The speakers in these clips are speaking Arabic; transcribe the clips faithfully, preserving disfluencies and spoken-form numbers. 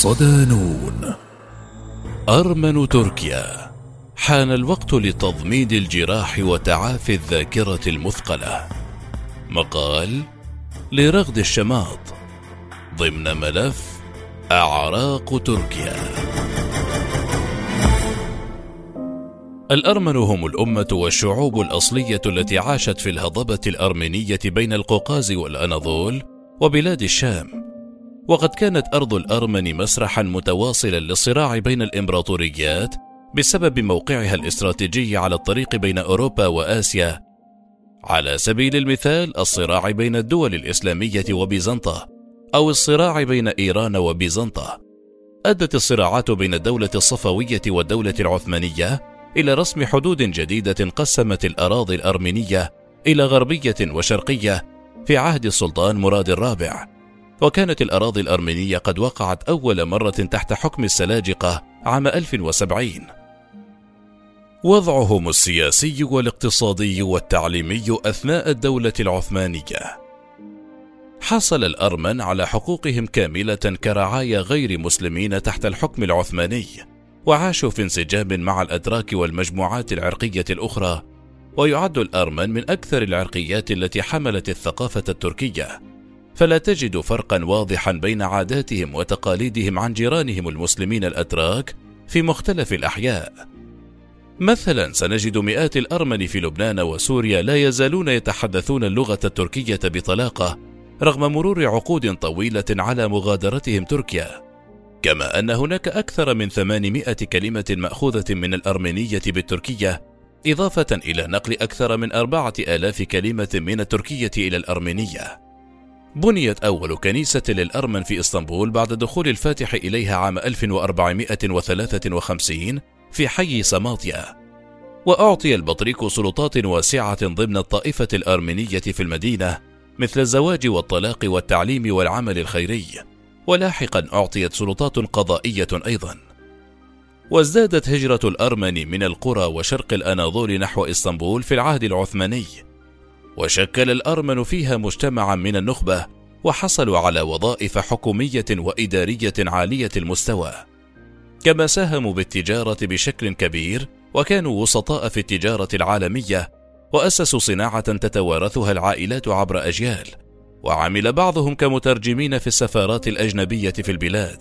صدانون. أرمن تركيا. حان الوقت لتضميد الجراح وتعافي الذاكرة المثقلة. مقال لرغد الشماط ضمن ملف أعراق تركيا. الأرمن هم الأمة والشعوب الأصلية التي عاشت في الهضبة الأرمينية بين القوقاز والأناضول وبلاد الشام، وقد كانت أرض الأرمن مسرحا متواصلا للصراع بين الإمبراطوريات بسبب موقعها الاستراتيجي على الطريق بين أوروبا وآسيا. على سبيل المثال الصراع بين الدول الإسلامية وبيزنطة، أو الصراع بين إيران وبيزنطة. أدت الصراعات بين الدولة الصفوية والدولة العثمانية إلى رسم حدود جديدة قسمت الأراضي الأرمينية إلى غربية وشرقية في عهد السلطان مراد الرابع، وكانت الأراضي الأرمينية قد وقعت أول مرة تحت حكم السلاجقة عام ألف وسبعين. وضعهم السياسي والاقتصادي والتعليمي أثناء الدولة العثمانية. حصل الأرمن على حقوقهم كاملة كرعايا غير مسلمين تحت الحكم العثماني، وعاشوا في انسجام مع الأتراك والمجموعات العرقية الأخرى، ويعد الأرمن من أكثر العرقيات التي حملت الثقافة التركية، فلا تجد فرقا واضحا بين عاداتهم وتقاليدهم عن جيرانهم المسلمين الأتراك في مختلف الأحياء. مثلا سنجد مئات الأرمن في لبنان وسوريا لا يزالون يتحدثون اللغة التركية بطلاقة رغم مرور عقود طويلة على مغادرتهم تركيا، كما أن هناك أكثر من ثمانمائة كلمة مأخوذة من الأرمينية بالتركية، إضافة إلى نقل أكثر من أربعة آلاف كلمة من التركية إلى الأرمينية. بنيت أول كنيسة للأرمن في إسطنبول بعد دخول الفاتح إليها عام ألف وأربعمائة وثلاثة وخمسين في حي سماطيا، وأعطي البطريق سلطات واسعة ضمن الطائفة الأرمينية في المدينة، مثل الزواج والطلاق والتعليم والعمل الخيري، ولاحقا أعطيت سلطات قضائية أيضا. وازدادت هجرة الأرمن من القرى وشرق الأناضول نحو إسطنبول في العهد العثماني، وشكل الأرمن فيها مجتمعا من النخبة، وحصلوا على وظائف حكومية وإدارية عالية المستوى، كما ساهموا بالتجارة بشكل كبير، وكانوا وسطاء في التجارة العالمية، وأسسوا صناعة تتوارثها العائلات عبر أجيال، وعمل بعضهم كمترجمين في السفارات الأجنبية في البلاد.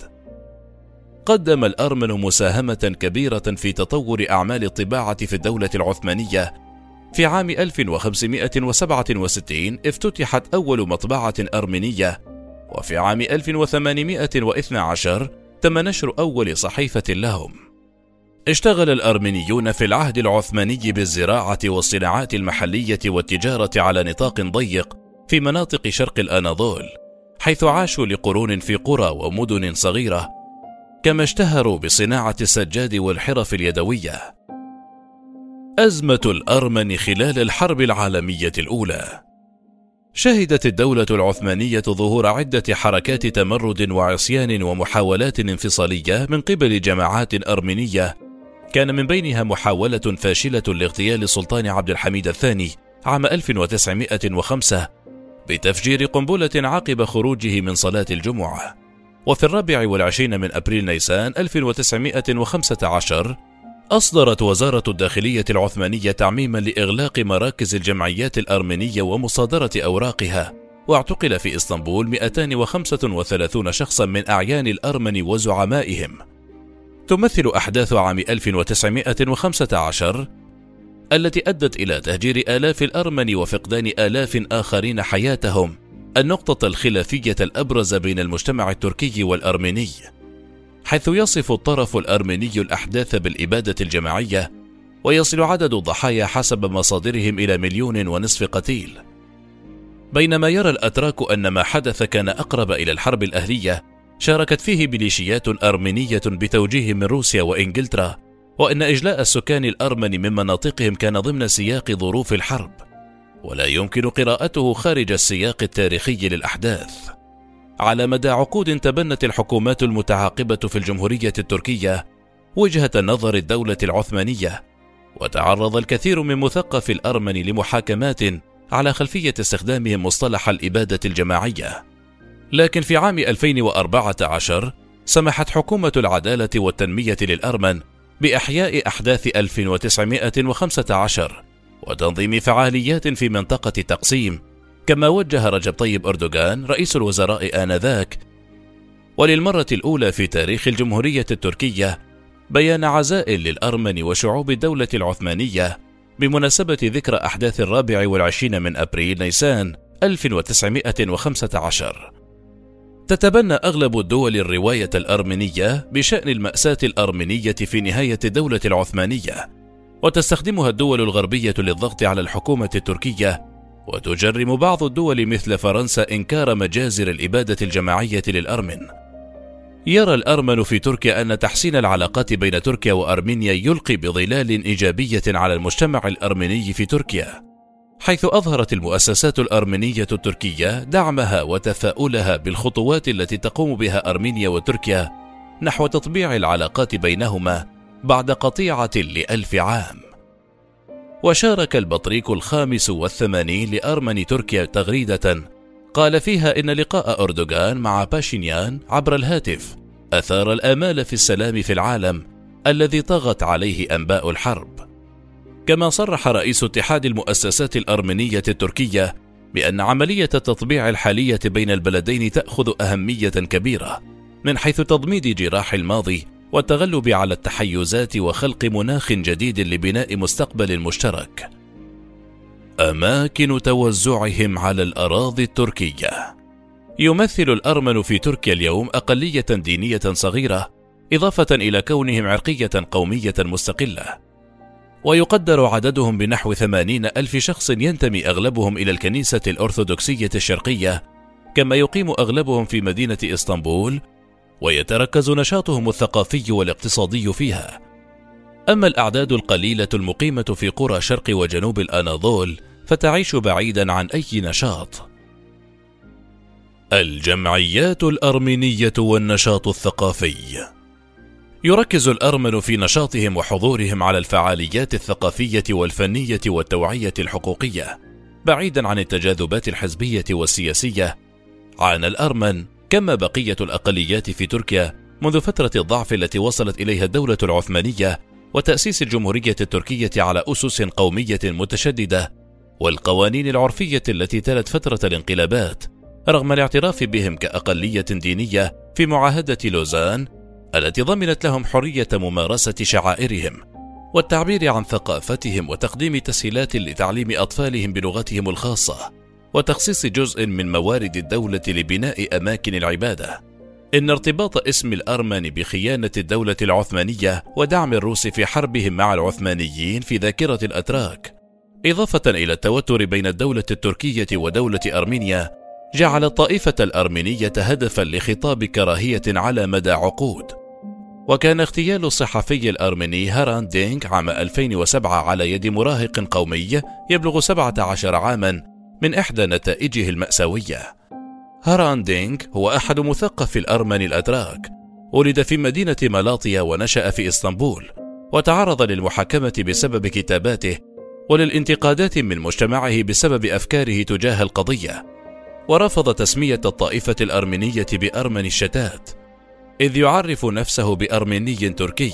قدم الأرمن مساهمة كبيرة في تطور أعمال الطباعة في الدولة العثمانية. في عام ألف وخمسمائة وسبعة وستين افتتحت أول مطبعة أرمينية، وفي عام ألف وثمانمائة واثني عشر تم نشر أول صحيفة لهم. اشتغل الأرمينيون في العهد العثماني بالزراعة والصناعات المحلية والتجارة على نطاق ضيق في مناطق شرق الأناضول، حيث عاشوا لقرون في قرى ومدن صغيرة، كما اشتهروا بصناعة السجاد والحرف اليدوية. أزمة الأرمن خلال الحرب العالمية الأولى. شهدت الدولة العثمانية ظهور عدة حركات تمرد وعصيان ومحاولات انفصالية من قبل جماعات أرمينية، كان من بينها محاولة فاشلة لاغتيال السلطان عبد الحميد الثاني عام ألف وتسعمائة وخمسة بتفجير قنبلة عقب خروجه من صلاة الجمعة. وفي الرابع والعشرين من أبريل نيسان ألف وتسعمائة وخمسة عشر أصدرت وزارة الداخلية العثمانية تعميما لإغلاق مراكز الجمعيات الأرمينية ومصادرة أوراقها، واعتقل في إسطنبول مئتين وخمسة وثلاثين شخصا من أعيان الأرمن وزعمائهم. تمثل أحداث عام ألف وتسعمائة وخمسة عشر التي أدت إلى تهجير آلاف الأرمن وفقدان آلاف آخرين حياتهم النقطة الخلافية الأبرز بين المجتمع التركي والأرميني، حيث يصف الطرف الأرميني الأحداث بالإبادة الجماعية، ويصل عدد الضحايا حسب مصادرهم إلى مليون ونصف قتيل. بينما يرى الأتراك أن ما حدث كان أقرب إلى الحرب الأهلية، شاركت فيه ميليشيات أرمينية بتوجيه من روسيا وإنجلترا، وأن إجلاء السكان الأرمن من مناطقهم كان ضمن سياق ظروف الحرب، ولا يمكن قراءته خارج السياق التاريخي للأحداث. على مدى عقود تبنت الحكومات المتعاقبة في الجمهورية التركية وجهة نظر الدولة العثمانية، وتعرض الكثير من مثقف الأرمن لمحاكمات على خلفية استخدامهم مصطلح الإبادة الجماعية. لكن في عام ألفين وأربعة عشر سمحت حكومة العدالة والتنمية للأرمن بإحياء أحداث ألف وتسعمائة وخمسة عشر وتنظيم فعاليات في منطقة تقسيم، كما وجه رجب طيب أردوغان رئيس الوزراء آنذاك وللمرة الأولى في تاريخ الجمهورية التركية بيان عزاء للأرمن وشعوب الدولة العثمانية بمناسبة ذكرى أحداث الرابع والعشرين من أبريل نيسان ألف وتسعمائة وخمسة عشر. تتبنى أغلب الدول الرواية الأرمنية بشأن المأساة الأرمنية في نهاية الدولة العثمانية، وتستخدمها الدول الغربية للضغط على الحكومة التركية، وتجرم بعض الدول مثل فرنسا إنكار مجازر الإبادة الجماعية للأرمن. يرى الأرمن في تركيا أن تحسين العلاقات بين تركيا وأرمينيا يلقي بظلال إيجابية على المجتمع الأرمني في تركيا، حيث أظهرت المؤسسات الأرمنية التركية دعمها وتفاؤلها بالخطوات التي تقوم بها أرمينيا وتركيا نحو تطبيع العلاقات بينهما بعد قطيعة لألف عام. وشارك البطريق الخامس والثمانين لأرمن تركيا تغريدة قال فيها إن لقاء أردوغان مع باشينيان عبر الهاتف أثار الآمال في السلام في العالم الذي طغت عليه أنباء الحرب. كما صرح رئيس اتحاد المؤسسات الأرمنية التركية بأن عملية التطبيع الحالية بين البلدين تأخذ أهمية كبيرة من حيث تضميد جراح الماضي والتغلب على التحيزات وخلق مناخ جديد لبناء مستقبل مشترك. أماكن توزعهم على الأراضي التركية. يمثل الأرمن في تركيا اليوم أقلية دينية صغيرة، إضافة إلى كونهم عرقية قومية مستقلة، ويقدر عددهم بنحو ثمانين ألف شخص ينتمي أغلبهم إلى الكنيسة الأرثوذكسية الشرقية، كما يقيم أغلبهم في مدينة إسطنبول، ويتركز نشاطهم الثقافي والاقتصادي فيها. أما الأعداد القليلة المقيمة في قرى شرق وجنوب الأناضول فتعيش بعيدا عن أي نشاط. الجمعيات الأرمينية والنشاط الثقافي. يركز الأرمن في نشاطهم وحضورهم على الفعاليات الثقافية والفنية والتوعية الحقوقية، بعيدا عن التجاذبات الحزبية والسياسية. عانى الأرمن كما بقية الأقليات في تركيا منذ فترة الضعف التي وصلت إليها الدولة العثمانية وتأسيس الجمهورية التركية على أسس قومية متشددة والقوانين العرفية التي تلت فترة الانقلابات، رغم الاعتراف بهم كأقلية دينية في معاهدة لوزان التي ضمنت لهم حرية ممارسة شعائرهم والتعبير عن ثقافتهم وتقديم تسهيلات لتعليم أطفالهم بلغتهم الخاصة وتخصيص جزء من موارد الدولة لبناء أماكن العبادة. إن ارتباط اسم الأرمن بخيانة الدولة العثمانية ودعم الروس في حربهم مع العثمانيين في ذاكرة الأتراك، إضافة إلى التوتر بين الدولة التركية ودولة أرمينيا، جعل الطائفة الأرمينية هدفا لخطاب كراهية على مدى عقود. وكان اغتيال الصحفي الأرمني هاران دينك عام ألفين وسبعة على يد مراهق قومي يبلغ سبعة عشر عاما من إحدى نتائجه المأساوية. هاران دينك هو أحد مثقف الأرمن الأتراك، ولد في مدينة مالاطيا ونشأ في إسطنبول، وتعرض للمحاكمة بسبب كتاباته وللانتقادات من مجتمعه بسبب أفكاره تجاه القضية، ورفض تسمية الطائفة الأرمينية بأرمن الشتات، إذ يعرف نفسه بأرميني تركي.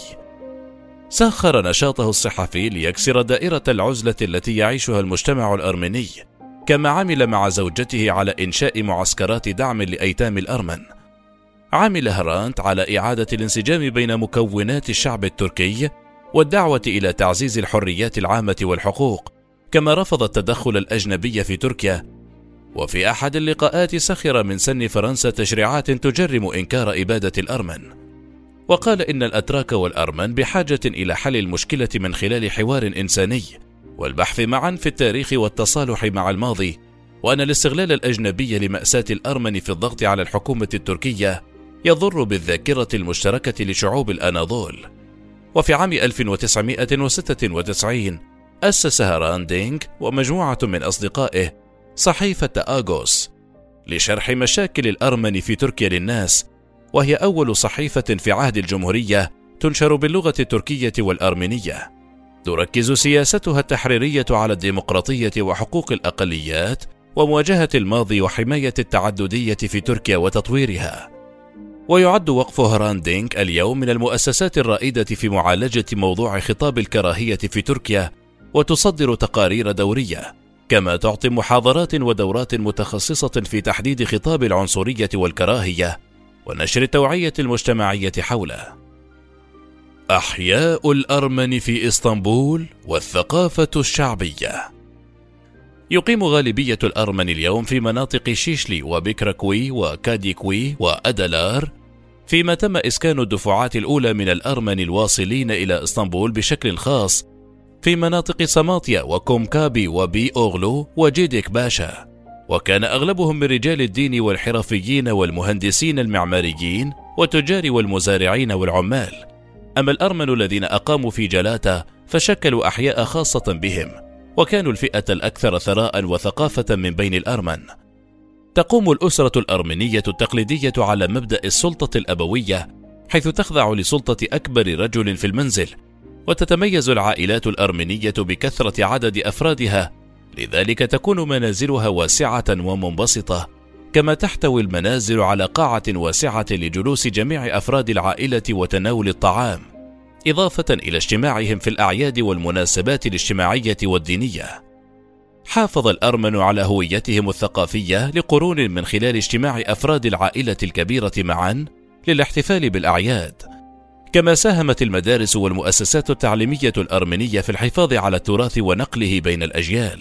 سخر نشاطه الصحفي ليكسر دائرة العزلة التي يعيشها المجتمع الأرميني، كما عمل مع زوجته على إنشاء معسكرات دعم لأيتام الأرمن. عمل هرانت على إعادة الانسجام بين مكونات الشعب التركي والدعوة إلى تعزيز الحريات العامة والحقوق، كما رفض التدخل الأجنبي في تركيا. وفي أحد اللقاءات سخر من سن فرنسا تشريعات تجرم إنكار إبادة الأرمن، وقال إن الأتراك والأرمن بحاجة إلى حل المشكلة من خلال حوار إنساني والبحث معا في التاريخ والتصالح مع الماضي، وأن الاستغلال الأجنبي لمأساة الأرمن في الضغط على الحكومة التركية يضر بالذاكرة المشتركة لشعوب الأناضول. وفي عام ألف وتسعمائة وستة وتسعين أسس هاران دينك ومجموعة من أصدقائه صحيفة آغوس لشرح مشاكل الأرمن في تركيا للناس، وهي أول صحيفة في عهد الجمهورية تنشر باللغة التركية والأرمينية. تركز سياستها التحريرية على الديمقراطية وحقوق الأقليات ومواجهة الماضي وحماية التعددية في تركيا وتطويرها. ويعد وقف hrant dink اليوم من المؤسسات الرائدة في معالجة موضوع خطاب الكراهية في تركيا، وتصدر تقارير دورية، كما تعطي محاضرات ودورات متخصصة في تحديد خطاب العنصرية والكراهية ونشر التوعية المجتمعية حوله. أحياء الأرمن في إسطنبول والثقافة الشعبية. يقيم غالبية الأرمن اليوم في مناطق شيشلي وبكركوي وكاديكوي وأدلار، فيما تم إسكان الدفعات الأولى من الأرمن الواصلين إلى إسطنبول بشكل خاص في مناطق سماطيا وكومكابي وبي أوغلو وجيديك باشا، وكان أغلبهم من رجال الدين والحرفيين والمهندسين المعماريين والتجار والمزارعين والعمال. أما الأرمن الذين أقاموا في جلاتة فشكلوا أحياء خاصة بهم، وكانوا الفئة الأكثر ثراء وثقافة من بين الأرمن. تقوم الأسرة الأرمنية التقليدية على مبدأ السلطة الأبوية، حيث تخضع لسلطة أكبر رجل في المنزل، وتتميز العائلات الأرمنية بكثرة عدد أفرادها، لذلك تكون منازلها واسعة ومنبسطة، كما تحتوي المنازل على قاعة واسعة لجلوس جميع أفراد العائلة وتناول الطعام، إضافة إلى اجتماعهم في الأعياد والمناسبات الاجتماعية والدينية. حافظ الأرمن على هويتهم الثقافية لقرون من خلال اجتماع أفراد العائلة الكبيرة معا للاحتفال بالأعياد، كما ساهمت المدارس والمؤسسات التعليمية الأرمنية في الحفاظ على التراث ونقله بين الأجيال.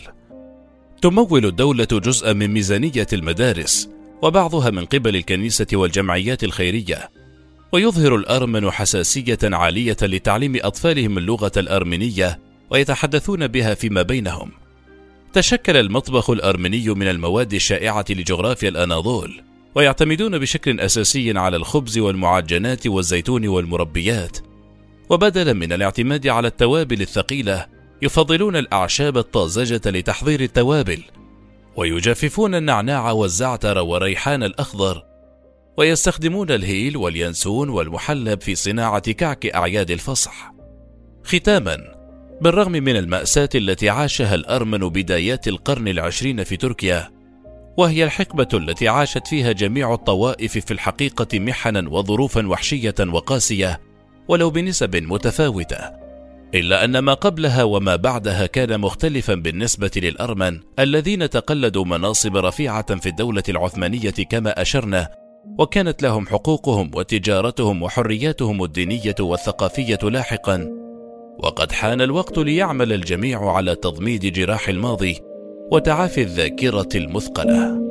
تمول الدولة جزءا من ميزانية المدارس، وبعضها من قبل الكنيسة والجمعيات الخيرية، ويظهر الأرمن حساسية عالية لتعليم أطفالهم اللغة الأرمنية ويتحدثون بها فيما بينهم. تشكل المطبخ الأرمني من المواد الشائعة لجغرافيا الأناضول، ويعتمدون بشكل أساسي على الخبز والمعجنات والزيتون والمربيات، وبدلا من الاعتماد على التوابل الثقيلة يفضلون الأعشاب الطازجة لتحضير التوابل، ويجففون النعناع والزعتر والريحان الأخضر، ويستخدمون الهيل واليانسون والمحلب في صناعة كعك أعياد الفصح. ختاما، بالرغم من المأساة التي عاشها الأرمن بدايات القرن العشرين في تركيا، وهي الحقبة التي عاشت فيها جميع الطوائف في الحقيقة محنا وظروفا وحشية وقاسية ولو بنسب متفاوتة، إلا أن ما قبلها وما بعدها كان مختلفا بالنسبة للأرمن الذين تقلدوا مناصب رفيعة في الدولة العثمانية كما أشرنا، وكانت لهم حقوقهم وتجارتهم وحرياتهم الدينية والثقافية لاحقا. وقد حان الوقت ليعمل الجميع على تضميد جراح الماضي وتعافي الذاكرة المثقلة.